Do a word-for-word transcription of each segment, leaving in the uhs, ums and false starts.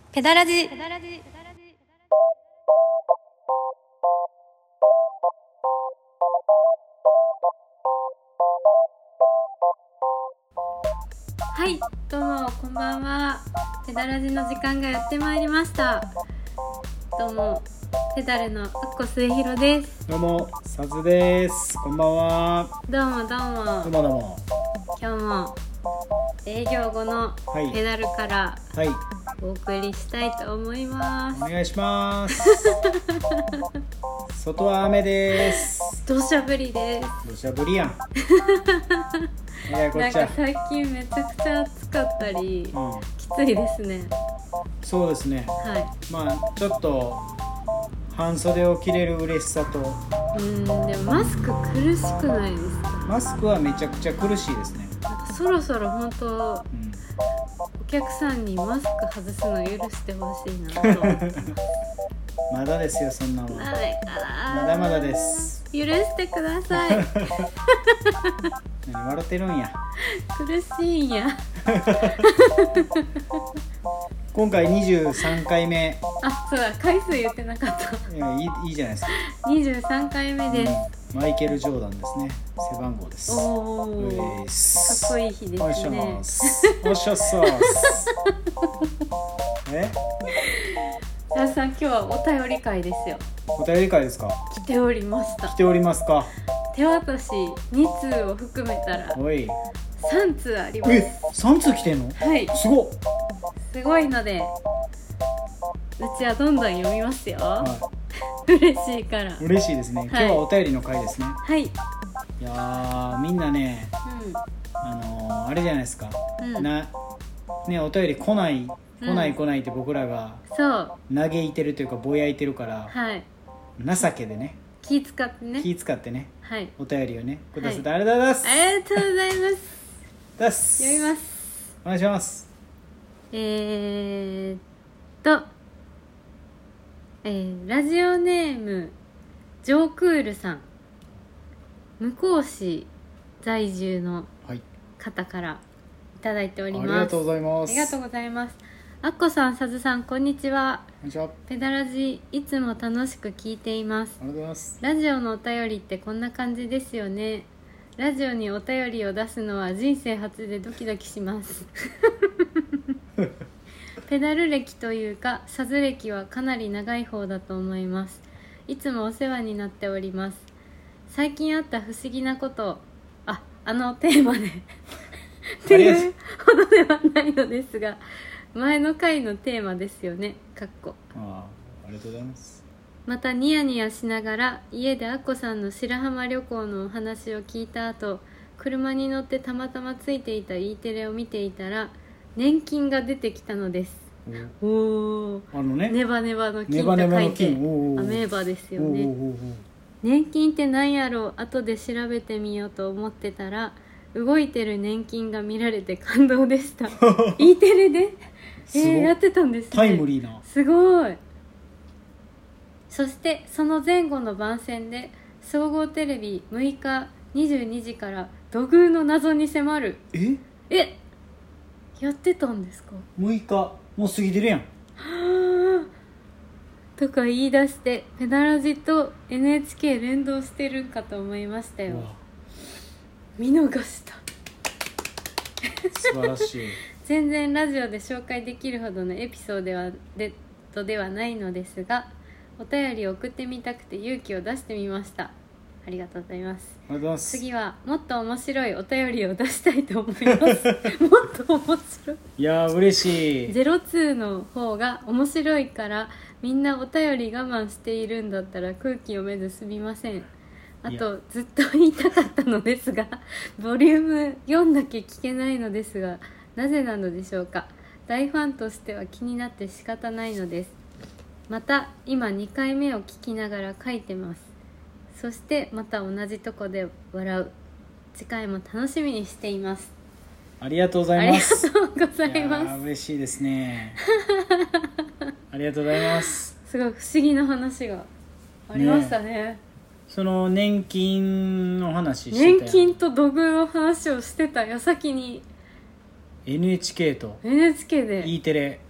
ペダラジ。はい、どうもこんばんは。ペダラジの時間がやってまいりました。どうもペダルのアッコ末広です。 どうもサズです。こんばんは。 どうもどうもどうもどうも。 今日も営業後のペダルからはい、 お送りしたいと思います。 お願いします外は雨です。 土砂降りです。 土砂降りやんいやこなんっちゃか最近めちゃくちゃ暑かったり、 うん、 きついですね。 そうですね。 はまあちょっと半袖を着れる嬉しさと、 い。うーん、でもマスク苦しくないですか？ マスクはめちゃくちゃ苦しいですね。 なんかそろそろ本当うん、 お客さんにマスク外すの許してほしいなと思ってますまだですよ、そんなの。 なれからまだまだです。 許してください何笑ってるんや。 苦しいんや今回にじゅうさんかいめ。 あ、そうだ、回数言ってなかったいや、いい、いいじゃないですか。 にじゅうさんかいめです、 うん、マイケル・ジョーダンですね。背番号です。 おー、 うえーかすっこいい日ですね。 おっしゃます。おっしゃっそうえ皆さん、今日はお便り会ですよ。 お便り会ですか？ 来ておりました。 来ておりますか？ 手渡しにつうを含めたらおい、 さんつうあります。 え、さんつう来てんの？ はい、 すごっ。 すごいのでうちはどんどん読みますよ、 は嬉しいから。 い、嬉しいですね。今日はお便りの回ですね。 はい、 いやー、みんなね、あのー、あれじゃないですか、 うんうん、 なね、お便り来ない来ない来ないって僕らがそう嘆いてるというかぼやいてるから、 はい、 情けでね、 気使ってね、 気使ってね、 はい、 お便りをねくださって、 はい、 ありがとうございます。 ありがとうございます。 だす読みます。 お願いします。 えーっと、えー、ラジオネームジョークールさん、向こう市在住の方からいただいております。 ありがとうございます。 ありがとうございます。アッコさん、サズさん、こんにちは。 こんにちは。 ペダラジいつも楽しく聞いています。 ありがとうございます。 ラジオのお便りってこんな感じですよね。ラジオにお便りを出すのは人生初でドキドキしますペダル歴というかサズ歴はかなり長い方だと思います。いつもお世話になっております。最近あった不思議なことあ、あのテーマでっていうほどではないのですが、前の回のテーマですよね。かっこああ、ありがとうございます。 またニヤニヤしながら家でアッコさんの白浜旅行のお話を聞いた後、車に乗ってたまたまついていた E テレを見ていたら年金が出てきたのです。おお、 あのね、 ネバネバの金ネバネバと書いての金、おーアメーバですよね。 おーおーおー年金って何やろう、後で調べてみようと思ってたら動いてる年金が見られて感動でしたE テレで、えー、やってたんですね。 タイムリーな。 すごい。そしてその前後の番宣で総合テレビむいかにじゅうにじから土偶の謎に迫る。 ええ、やってたんですか？ むいかもう過ぎてるやん。 はーとか言い出してペダラジと エヌエイチケー 連動してるんかと思いましたよ。見逃した素晴らしい全然ラジオで紹介できるほどのエピソードではでとではないのですが、お便りを送ってみたくて勇気を出してみました。ありがとうございます。 ありがとうございます。 次はもっと面白いお便りを出したいと思いますもっと面白いいやー嬉しい。 ゼロツーの方が面白いから、みんなお便り我慢しているんだったら空気読めずすみません。あとずっと言いたかったのですがボリュームよんだけ聞けないのですが、なぜなのでしょうか。大ファンとしては気になって仕方ないのです。また今にかいめを聞きながら書いてます。そしてまた同じとこで笑う。次回も楽しみにしています。 ありがとうございます。 ありがとうございいやまー嬉しいですねありがとうございます。 す。すごい不思議な話がありましたね。 ね、その年金の話してたやん。 年金と土偶の話をしてた矢先にエヌエイチケー とエヌエイチケー で、 E テレ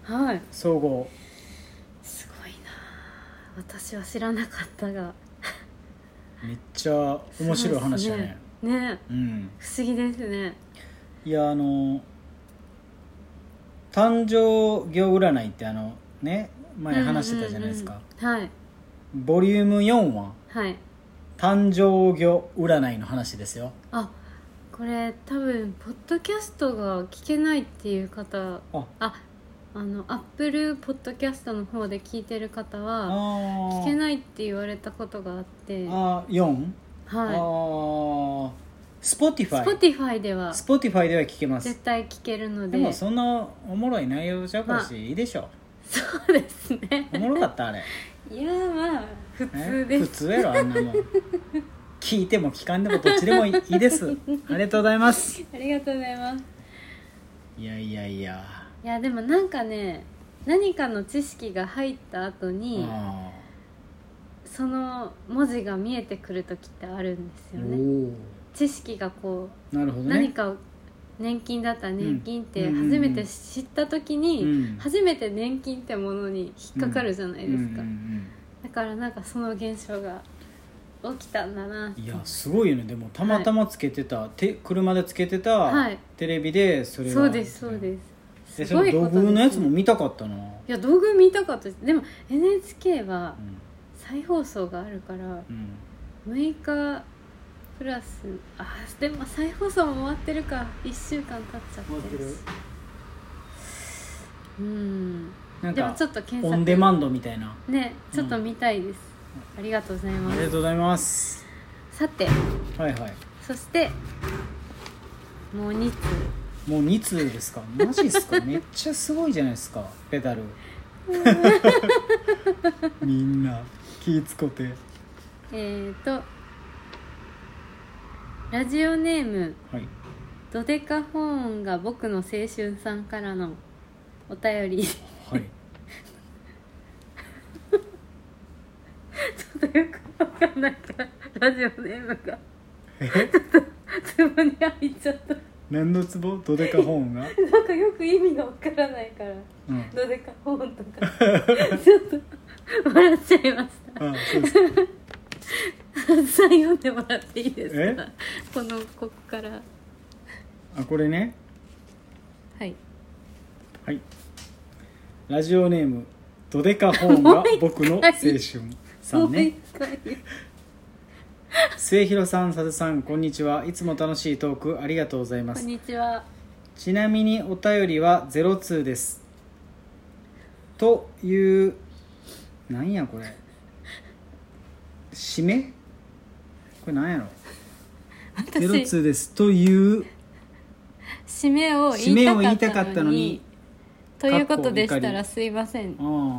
はい、 総合すごいな。私は知らなかったがめっちゃ面白い話だね。 ね、ね、 うん、 不思議ですね。 いやあの誕生業占いってあのね前話してたじゃないですか、 うんうんうん、はい、 ボリュームよんは、 はい、 誕生業占いの話ですよ。 あ、これ多分ポッドキャストが聞けないっていう方、あああのアップルポッドキャストの方で聞いてる方は聞けないって言われたことがあって。 ああよん、 はい、 あスポティファイスポティファイではスポティファイでは聞けます。 絶対聞けるので。 でもそんなおもろい内容じゃからし、まあ、いいでしょ。 そうですね。 おもろかったあれ。 いやまあ普通です。 普通やろあんなもん聞いても聞かんでもどっちでもいいです。ありがとうございます。 ありがとうございます。 いやいやいやいやでもなんかね、何かの知識が入った後にその文字が見えてくる時ってあるんですよね。知識がこう、なるほどね、何かを年金だったら年金って初めて知った時に、うん、初めて年金ってものに引っかかるじゃないですか、うんうんうんうん、だからなんかその現象が起きたんだな。 いやすごいよね。でもたまたまつけてた、はい、て車でつけてたテレビでそれが、 そうですそうです。 すごいことですね。その道具のやつも見たかったな。いや道具見たかったです。でも エヌエイチケー は再放送があるから、うん、むいかプラス、あでも再放送も終わってるか、いっしゅうかん経っちゃってるし、うん、なんかでもちょっと検索オンデマンドみたいなね、ちょっと見たいです、うん、ありがとうございます。 ありがとうございます。 さて、 はいはい、そしてもうにつう、 もうにつうですか。マジですかめっちゃすごいじゃないですかペダルみんな気ぃつこて。 えーとラジオネーム、はい、ドデカホーンが僕の青春さんからのお便り、はい、ちょっとよくわかんないからラジオネームがちょっとツボに入っちゃった。 何のツボ？ドデカホーンがなんかよく意味がわからないから、うん、ドデカホーンとかちょっと笑っちゃいました。ああそうですさん読んでもらっていいですか。このここからあこれね、 はいはい、ラジオネームドデカホーンが僕の青春さんね。末広さん、佐々さん、こんにちは。いつも楽しいトークありがとうございます。 こんにちは。 ちなみにお便りはゼロツーですというなんやこれ締めこれなんやろゼロツーですという締めを言いたかったのにということでしたらすいません。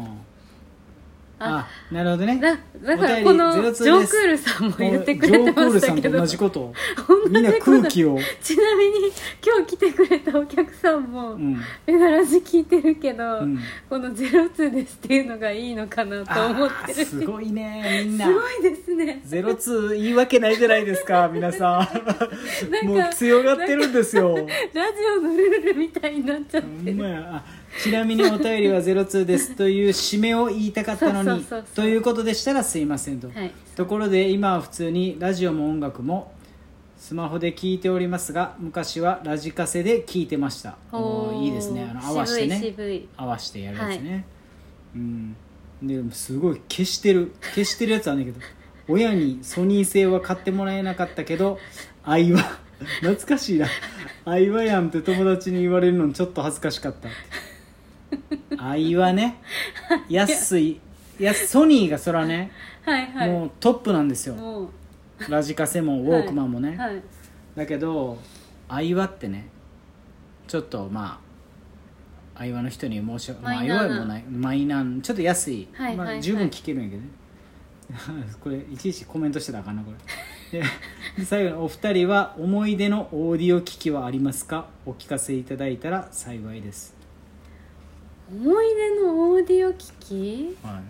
ああなるほどね。 だ, だからこのジョークールさんも言ってくれてましたけど、ジョークールさんと同じことみんな空気をちなみに今日来てくれたお客さんもメガラジ聞いてるけど、うん、このゼロツーですっていうのがいいのかなと思ってる。 すごいねみんなすごいですね。 ゼロツー言い訳ないじゃないですか皆さんもう強がってるんですよ。ラジオのルールみたいになっちゃってる。 ほんまや。ちなみにお便りはゼロツーですという締めを言いたかったのにということでしたらすいませんと、はい、ところで今は普通にラジオも音楽もスマホで聞いておりますが昔はラジカセで聞いてました。おいいですね。あの合わせてね渋い合わせてやるやつね、はい、うんですごい消してる消してるやつあんねんけど親にソニー製は買ってもらえなかったけど愛は懐かしいな愛はやんって友達に言われるのにちょっと恥ずかしかった愛はね安いやソニーがそらね、はいはい、もうトップなんですよ。ラジカセもウォークマンもね、はいはい、だけど愛はってねちょっとまあ愛はの人に申し訳ない、まあ、愛はもないマイナーちょっと安い、はいはいはいまあ、十分聞けるんやけどねこれいちいちコメントしてたらあかんなこれで最後にお二人は思い出のオーディオ機器はありますか。お聞かせいただいたら幸いです。 思い出のオーディオ機器、はい、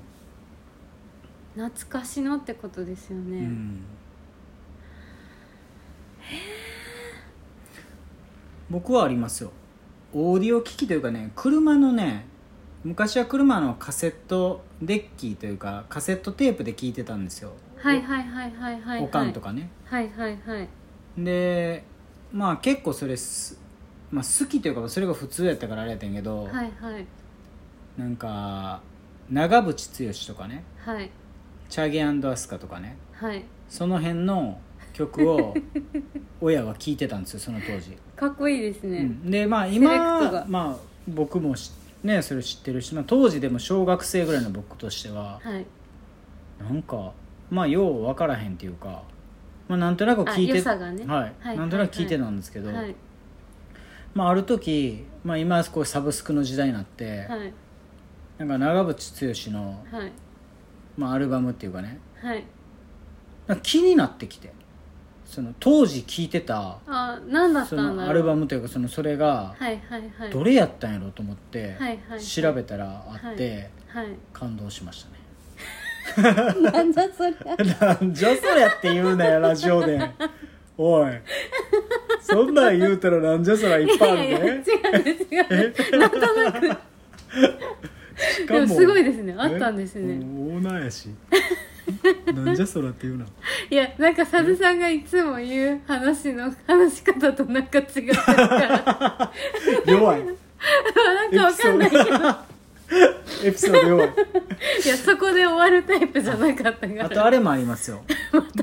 懐かしのってことですよね、うん、 へ僕はありますよ。オーディオ機器というかね車のね昔は車のカセットデッキというかカセットテープで聞いてたんですよ。 はいはいはいはいはい。 おかんとかね。 はいはいはい。 でまあ結構それす、まあ、好きというかそれが普通やったからあれやったんやけど、 はいはい。 なんか長渕剛とかね、 はい。 チャゲ&アスカとかね、 はい。 その辺の曲を親は聴いてたんですよその当時。 かっこいいですね。 うん、でまあセレクト今がまあ僕もしねそれ知ってるし、まあ、当時でも小学生ぐらいの僕としては、 はい。 なんかまあよう分からへんっていうか、まあ、なんとなく聞いてあ良さがねはいはいなんとなく聞いてたんですけど、 はいまあ、ある時、まあ、今こうサブスクの時代になって、 はいなんか長渕剛の、 はいまあ、アルバムっていうかね、 はい。 なんか気になってきて、その当時聴いてたあ、何だったそんだろう。 のアルバムというかそのそれがはいはいはい。 どれやったんやろうと思ってはいはい調べたらあってはい。 感動しましたね。 なんだそりゃ。 なんじゃそりゃって言うなよラジオで。おいそんなん言うたらなんじゃそりゃいっぱいあるいやいや違ね。 うんです違うんです。なんとなく。 しかもでもすごいですね。あったんですえね。 オーナーやしなんじゃそりゃって言うな。 いやなんか佐々さんがいつも言う話の話し方となんか違ってるから弱いなんかわかんないけど、いエピソード弱い。 やそこで終わるタイプじゃなかったから。 あとあれもありますよ。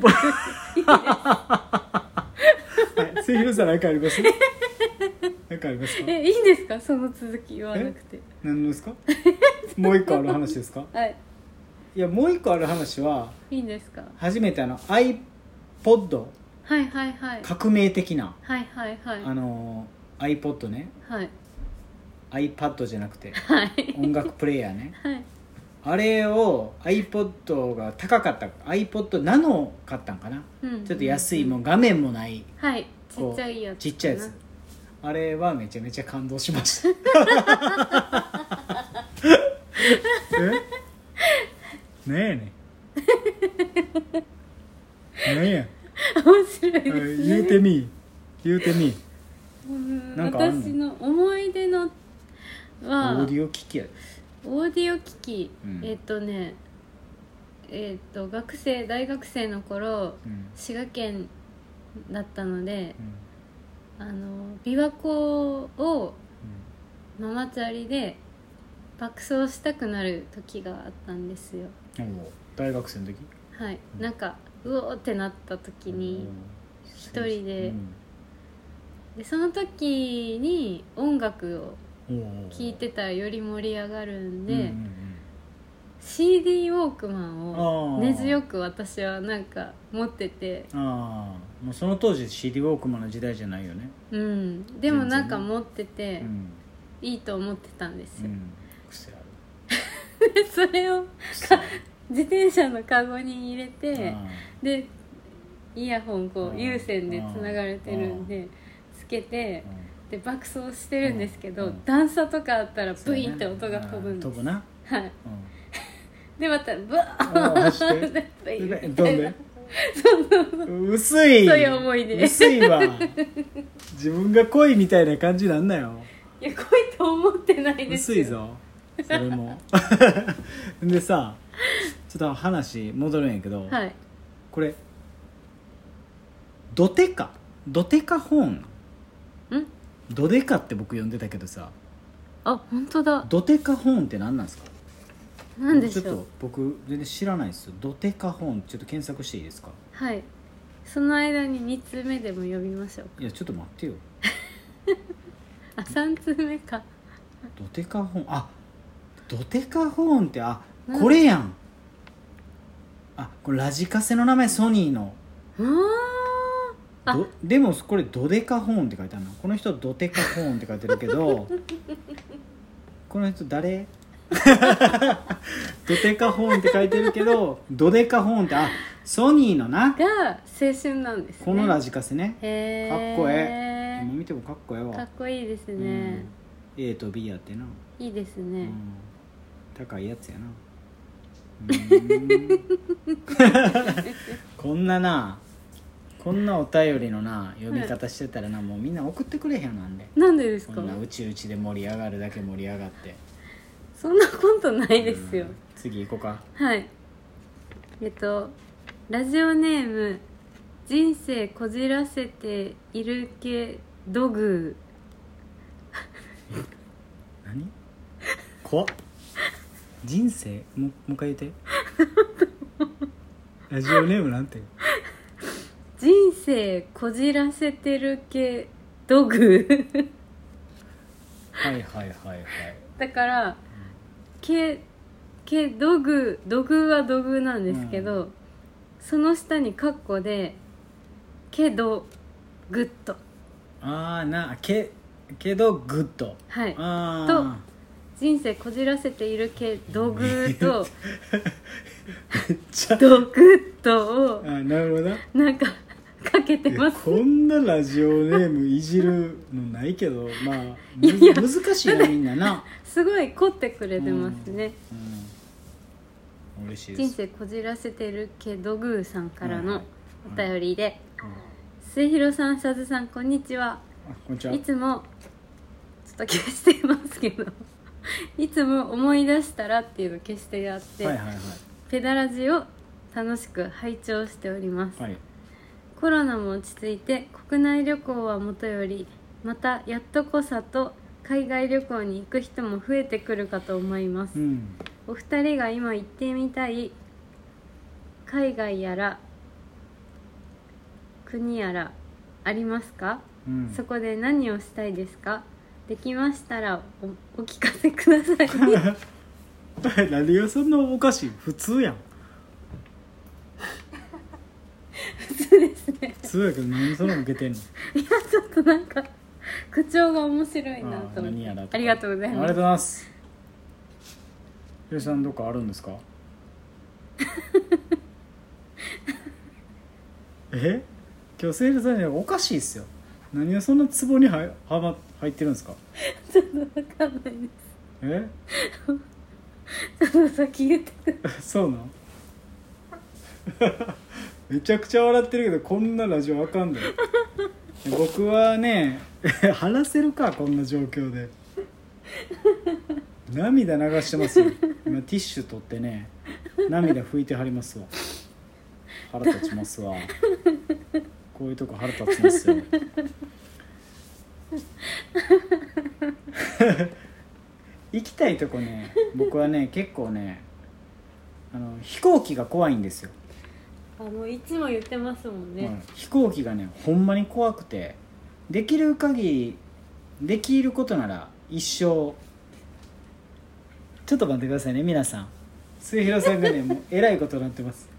はい、声優さん何かあります？何かありますか？ えいいんですかその続き言わなくて。 何のですか？もう一個ある話ですか？ はいいやもう一個ある話はいいんですか。 初めてあの iPod はいはいはい革命的なはいはいはいあの iPod ね、 はい iPad じゃなくてはい音楽プレイヤーねはいあれを iPod が高かった iPod ナノ買ったんかな、 うんちょっと安いもう画面もないはいちこうっちゃいやつちっちゃいやつあれはめちゃめちゃ感動しましたえねえねなんや面白いですね。 言うてみ言うてみうんなんかあんの私の思い出のオはーディオ機器やオーディオ機器、 うんえっ、とねえっ、と学生大学生の頃うん滋賀県だったのでうんあの琵琶湖をうママチャリで爆走したくなる時があったんですよ。 んおう大学生の時はい、 うんなんかうおーってなった時に一人ででその時に音楽を聴いてたらより盛り上がるんで、 うんうんうんシーディー ウォークマンをあー根強く私はなんか持ってて、 ああもうその当時 シーディー ウォークマンの時代じゃないよねうん、でもなんか持っててうんいいと思ってたんですよ、 うん癖あるでそれを癖ある自転車のカゴに入れてあでイヤホンこあーう有線でつながれてるんでつけてーで爆走してるんですけど、 うん段差とかあったらそうやねブインって音が飛ぶんです、 あー飛ぶなはい、 うんでまたブワあー走っーってブインでみたいな薄いそういう思い出薄いわ自分が恋みたいな感じなんだよいや恋と思ってないですよ薄いぞそれもでさちょっと話戻るんやけど、 はいこれドテカドテカホーンんドデカって僕呼んでたけどさあ本当だドテカホーンって何なんですか？ なんでしょうちょっと僕全然知らないですよ。ドテカホーンちょっと検索していいですか？ はいその間ににつめでも呼びましょういやちょっと待ってよ。 あさんつめかドテカホーンあドテカホーンってあなんこれやん。あこれラジカセの名前ソニーのああどでもこれドデカホーンって書いてあるの。この人ドテカホーンって書いてるけどこの人誰ドテカホーンって書いてるけどドデカホーンってあソニーのなが青春なんですねこのラジカセねへーかっこええ今見てもかっこええわかっこいいですね、 うん、A と B やってな、 いいですうね、 ん、高いやつやなうーんこんななこんなお便りのな呼び方してたらな、もうみんな送ってくれへんなんでなんでですか？ こんなうちうちで盛り上がるだけ盛り上がってそんなことないですよ。 次行こうか。 はいえっとラジオネーム人生こじらせているけどぐ何怖っ。人生ももう一回言ってラジオネームなんて。 人生こじらせてるけどぐはいはいはいはい。 だからけけどぐどぐはどぐなんですけど、うん、その下にカッコでけどグッド。 ああなけけどグッド。 はい。 あと人生こじらせているけどぐとめっちゃドグッドをあなるほどなんかかけてます。 こんなラジオネームいじるのないけどまあいやいや難しいなみんななすごい凝ってくれてますね、 うんうん、嬉しいです。 人生こじらせてるけどぐーさんからのお便りで、はいはいうん、 末広さん、さずさん、こんにちは。 あこんにちは。 いつもちょっと消してますけどいつも思い出したらっていうの消してあって、 はいはいはい、 ペダラジを楽しく拝聴しております、 はい、 コロナも落ち着いて国内旅行はもとよりまたやっとこさと海外旅行に行く人も増えてくるかと思います、 うん、 お二人が今行ってみたい海外やら国やらありますか、うん、そこで何をしたいですか。できましたら お, お聞かせください何がそんなおかしい。普通やん。 普通ですね。 普通やけど何それ受けてんの。 いやちょっとなんか口調が面白いなと思って。 あ, 何やらありがとうございます。 ありがとうございます。ひろさんどっかあるんですかえ今日セールさんにはおかしいっすよ。何がそんなツボにははま入ってるんですか。 ちょっと分かんないです。 えちょっと先言ってください。 そうなんめちゃくちゃ笑ってるけどこんなラジオわかんない僕はね話せるかこんな状況で涙流してますよ今ティッシュ取ってね涙拭いてはりますわ。腹立ちますわこういうとこ腹立ちますよ行きたいとこね僕はね結構ねあの飛行機が怖いんですよ。 あもういつも言ってますもんね、 うん、飛行機がねほんまに怖くてできる限りできることなら一生ちょっと待ってくださいね皆さん。末広さんがねもうえらいことになってます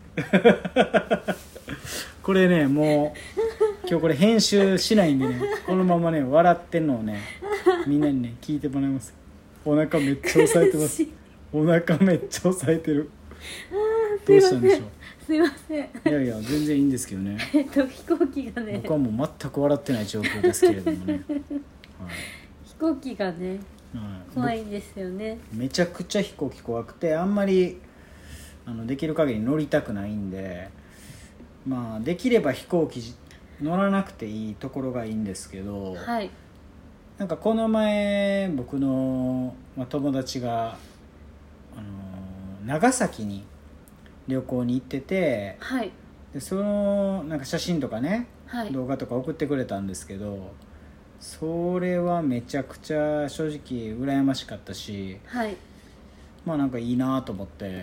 これねもう今日これ編集しないんでねこのままね笑ってんのをねみんなにね聞いてもらいます。お腹めっちゃ押さえてますお腹めっちゃ押さえてるどうしたんでしょう。 すいません。いやいや全然いいんですけどねえっと飛行機がね僕はもう全く笑ってない状況ですけれどもね、はい、 飛行機がね、 はい、 怖いんですよね。 めちゃくちゃ飛行機怖くてあんまりあのできる限り乗りたくないんでまあできれば飛行機乗らなくていいところがいいんですけど、 はい、 なんかこの前僕の、まあ、友達が、あのー、長崎に旅行に行ってて、 はい、 でそのなんか写真とかね、 はい、 動画とか送ってくれたんですけどそれはめちゃくちゃ正直羨ましかったし、 はい、 まあなんかいいなと思って。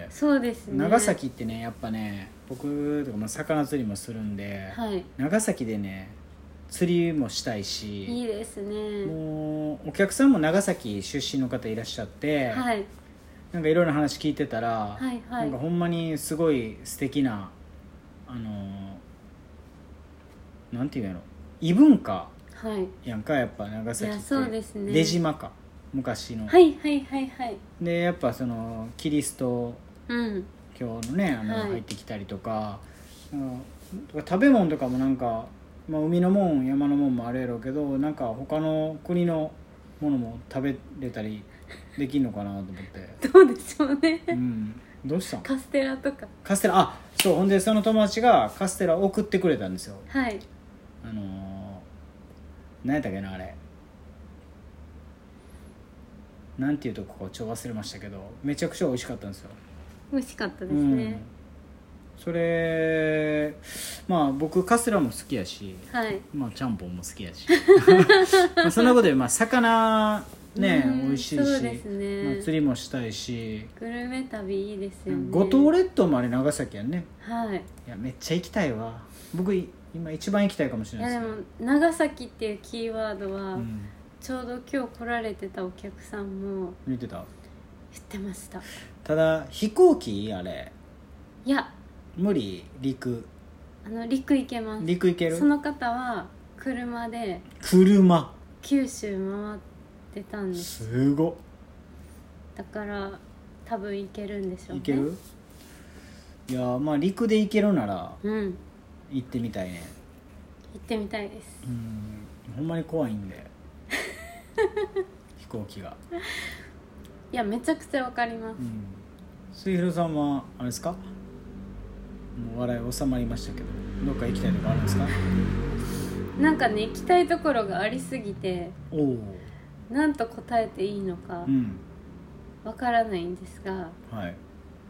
そうですね。 長崎ってねやっぱね僕とかまあ魚釣りもするんで、 はい、 長崎でね釣りもしたいしいいですね。 もうお客さんも長崎出身の方いらっしゃって、 はい、 なんかいろいろ話聞いてたら、 はいはい、 なんかほんまにすごい素敵なあのー、なんていうんやろ異文化やんかやっぱ長崎って。 そうですね。 出島か昔の。 はいはいはいはい。 でやっぱそのキリスト教のね、あの、 はい、 入ってきたりとか、うん、食べ物とかもなんか、まあ、海のもん山のもんもあるやろうけどなんか他の国のものも食べれたりできんのかなと思ってどうでしょうね、 うん、どうしたん。 カステラとか。 カステラ、あ、そうほんでその友達がカステラ送ってくれたんですよ。 はい。 あのー、何やったっけなあれなんていうとこかちょっと忘れましたけどめちゃくちゃ美味しかったんですよ。 美味しかったですね、 うん、それまあ僕カステラも好きやし、 はいまあ、ちゃんぽんも好きやしまあそんなことで、まあ、魚ね美味しいし、 そうですね、 まあ、釣りもしたいしグルメ旅いいですよね。 五島列島もあれ長崎やんね。 はい。 いやめっちゃ行きたいわ僕今一番行きたいかもしれいやでないですも長崎っていうキーワードは、 うん、 ちょうど今日来られてたお客さんも見てた。 言ってました。 ただ飛行機あれいや無理。陸あの陸行けます。 陸行ける。 その方は車で車九州回ってたんです。 すご。 だから多分行けるんでしょうね。 行ける。いやまあ陸で行けるならうん行ってみたいね。 行ってみたいです。 うんほんまに怖いんで飛行機が。 いやめちゃくちゃわかります、 うん、末広さんはあれですか。もう笑い収まりましたけどどっか行きたいとこあるんですか。 なんかね行きたいところがありすぎておお、 なんと答えていいのかうんわからないんですが、 はい、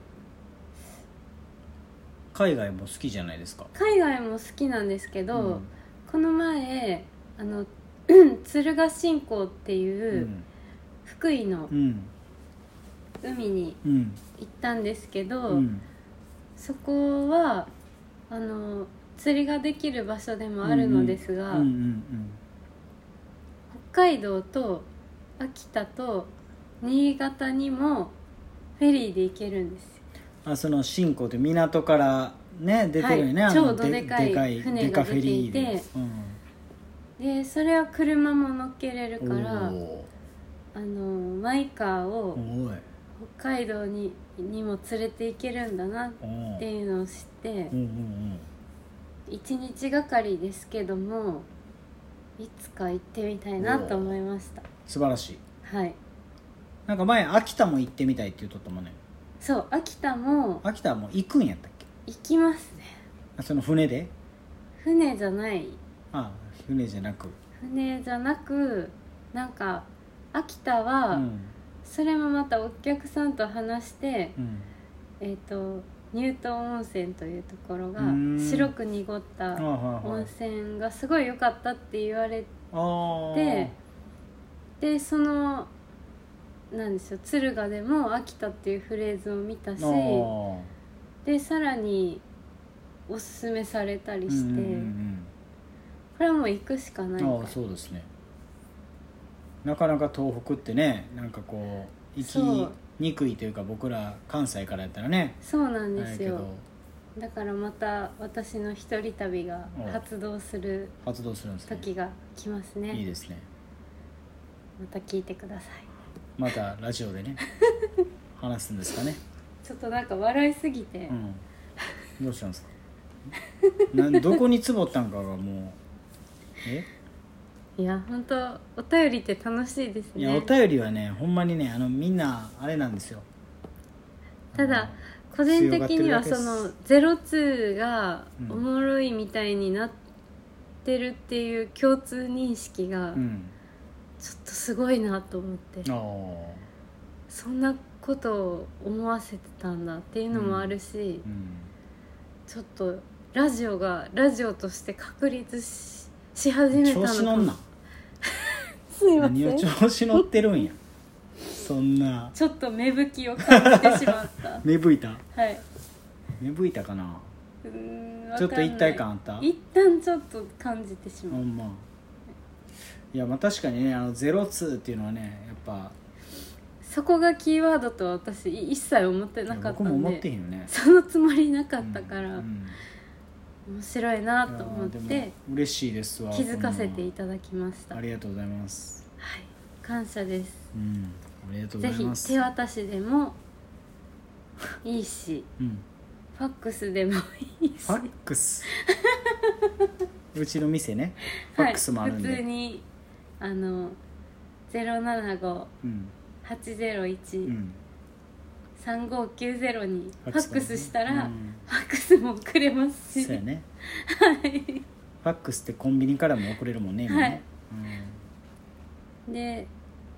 海外も好きじゃないですか。 海外も好きなんですけど、 うん、 この前あの敦賀新港っていうう福井のん海にうん行ったんですけど、 うんそこはあの釣りができる場所でもあるのですが、 うんうんうん北海道と秋田と新潟にもフェリーで行けるんですよ。 あその新港って港からね出てるよね、 はい、 あの超どでかい船でかが出ていて、 ででそれは車も乗っけれるうん、 からおあのマイカーをーおい北海道ににも連れて行けるんだなっおーていうのを知ってうんうんいちにちがかりですけどもいつか行ってみたいなと思いました。 素晴らしい。 はい。 なんか前秋田も行ってみたいって言うとったもんね。 そう秋田も秋田も行くんやったっけ。 行きますね。 あその船で。 船じゃないあ船じゃなく船じゃなくなんか秋田は、 うんそれもまたお客さんと話して、 うんえー、と乳頭温泉というところがうん白く濁ったあはいはい温泉がすごい良かったって言われあーて、でそのなんですよ敦賀でも秋田っていうフレーズを見たし、 あーでさらにおすすめされたりして、 うんうんうんこれはもう行くしかないか。 ああそうですね。なかなか東北ってねなんかこう行そうきにくいというか僕ら関西からやったらねそうなんですよ。 あれやけどだからまた私の一人旅が発動する発動するんですね。 時が来ますね。 いいですね。 また聞いてください。 またラジオでね話すんですかね。 ちょっとなんか笑いすぎて、 うん、どうしたんですかなんどこにつぼったんかがもうえいや本当お便りって楽しいですね。 いやお便りはねほんまにねあのみんなあれなんですよ。 ただ個人的にはそのゼロツーがおもろいみたいになってるっていう共通認識がうんちょっとすごいなと思って、 あそんなことを思わせてたんだっていうのもあるし、 ーうんちょっとラジオがラジオとして確立 し, し始めたのかも。 調子乗んなすいま何をせん調子乗ってるんやそんなちょっと芽吹きを感じてしまった芽吹いたはい芽吹いたかな。 うーんわかんないちょっと一体感あった。 一旦ちょっと感じてしまう、 ほんまいやまあ確かにねあのゼロツーっていうのはねやっぱそこがキーワードとは私一切思ってなかった僕も思ってんでへんよね。 そのつもりなかったから、 うんうん面白いなと思っいやてでも嬉しいですわ。 気づかせていただきました。 ありがとうございます。 はい、感謝です。 うんありがとうごぜひざいます。 手渡しでもいいしうんファックスでもいいしファックスうちの店ねファックスもあるんで、 はい、普通にあのゼロななごうんはちゼロいちうんさんごきゅうゼロにファックスしたら、 うんファックスも送れますし、 そうやねはいファックスってコンビニからも送れるもんね今ね、 はいでね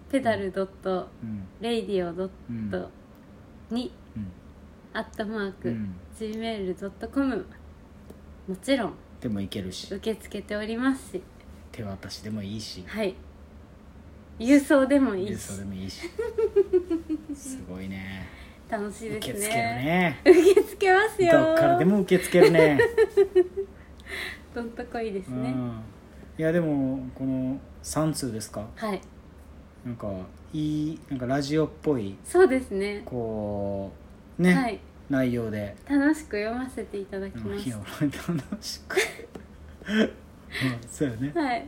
ペダルドットうんレイディオドッうんトにうんアットマークうんジーメールドットコム もちろんでもいけるし、 受け付けておりますし、 手渡しでもいいし、 はい、郵送でもいい郵し送でもいいしすごいね。 楽しいですね。 受け付けるね。 受け付けますよ。 どっからでも受け付けるねどんとこいいですね。 うんいやでもこのさん通ですか、 はい、 なんかいいなんかラジオっぽいそうですね。 こうね、 はい、 内容で、 楽しく読ませていただきうんいやました。 俺楽しくうんそうやね、 はい、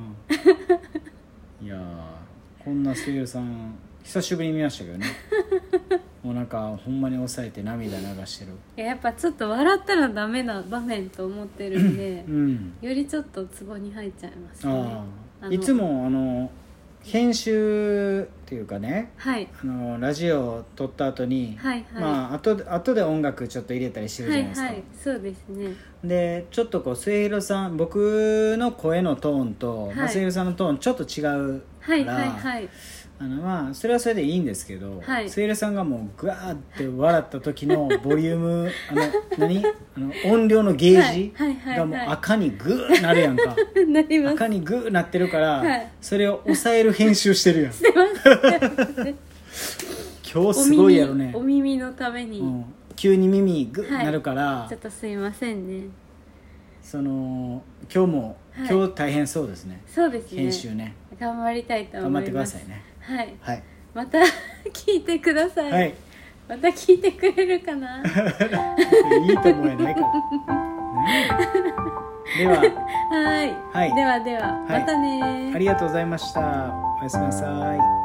うん、いやーこんな声優さん久しぶりに見ましたけどねもうなんかほんまに抑えて涙流してる、 いややっぱちょっと笑ったらダメな場面と思ってるんで、 うんよりちょっとツボに入っちゃいますね。 ああのあいつもあの編集っていうかね、 はいあのラジオを撮った後に、 はいはい、 まあ後で後で音楽ちょっと入れたりしてるじゃないですか、 はいはい、そうですね。 でちょっとこう末広さん僕の声のトーンと、 はいまあ、末広さんのトーンちょっと違うから、 はいはいはいあのまあそれはそれでいいんですけど、 はい末広さんがもうグワーって笑った時のボリュームあの何あの音量のゲージはいはいはいはいがもう赤にグーなるやんかなります。 赤にグーなってるから、 はいそれを抑える編集してるやんしてます今日すごいやろねお耳お耳のために、 うん、急に耳グーなるから、 ちょっとすいませんね。 その今日も、 はい今日大変そうですねそうですね。 編集ね頑張りたいと思います。 頑張ってくださいねはい。 はい、 また聞いてください。 はい、 また聞いてくれるかな。 いいと思えないから、ね、でははい、 はいではでは、 はいまたね。 ありがとうございました。おやすみなさい。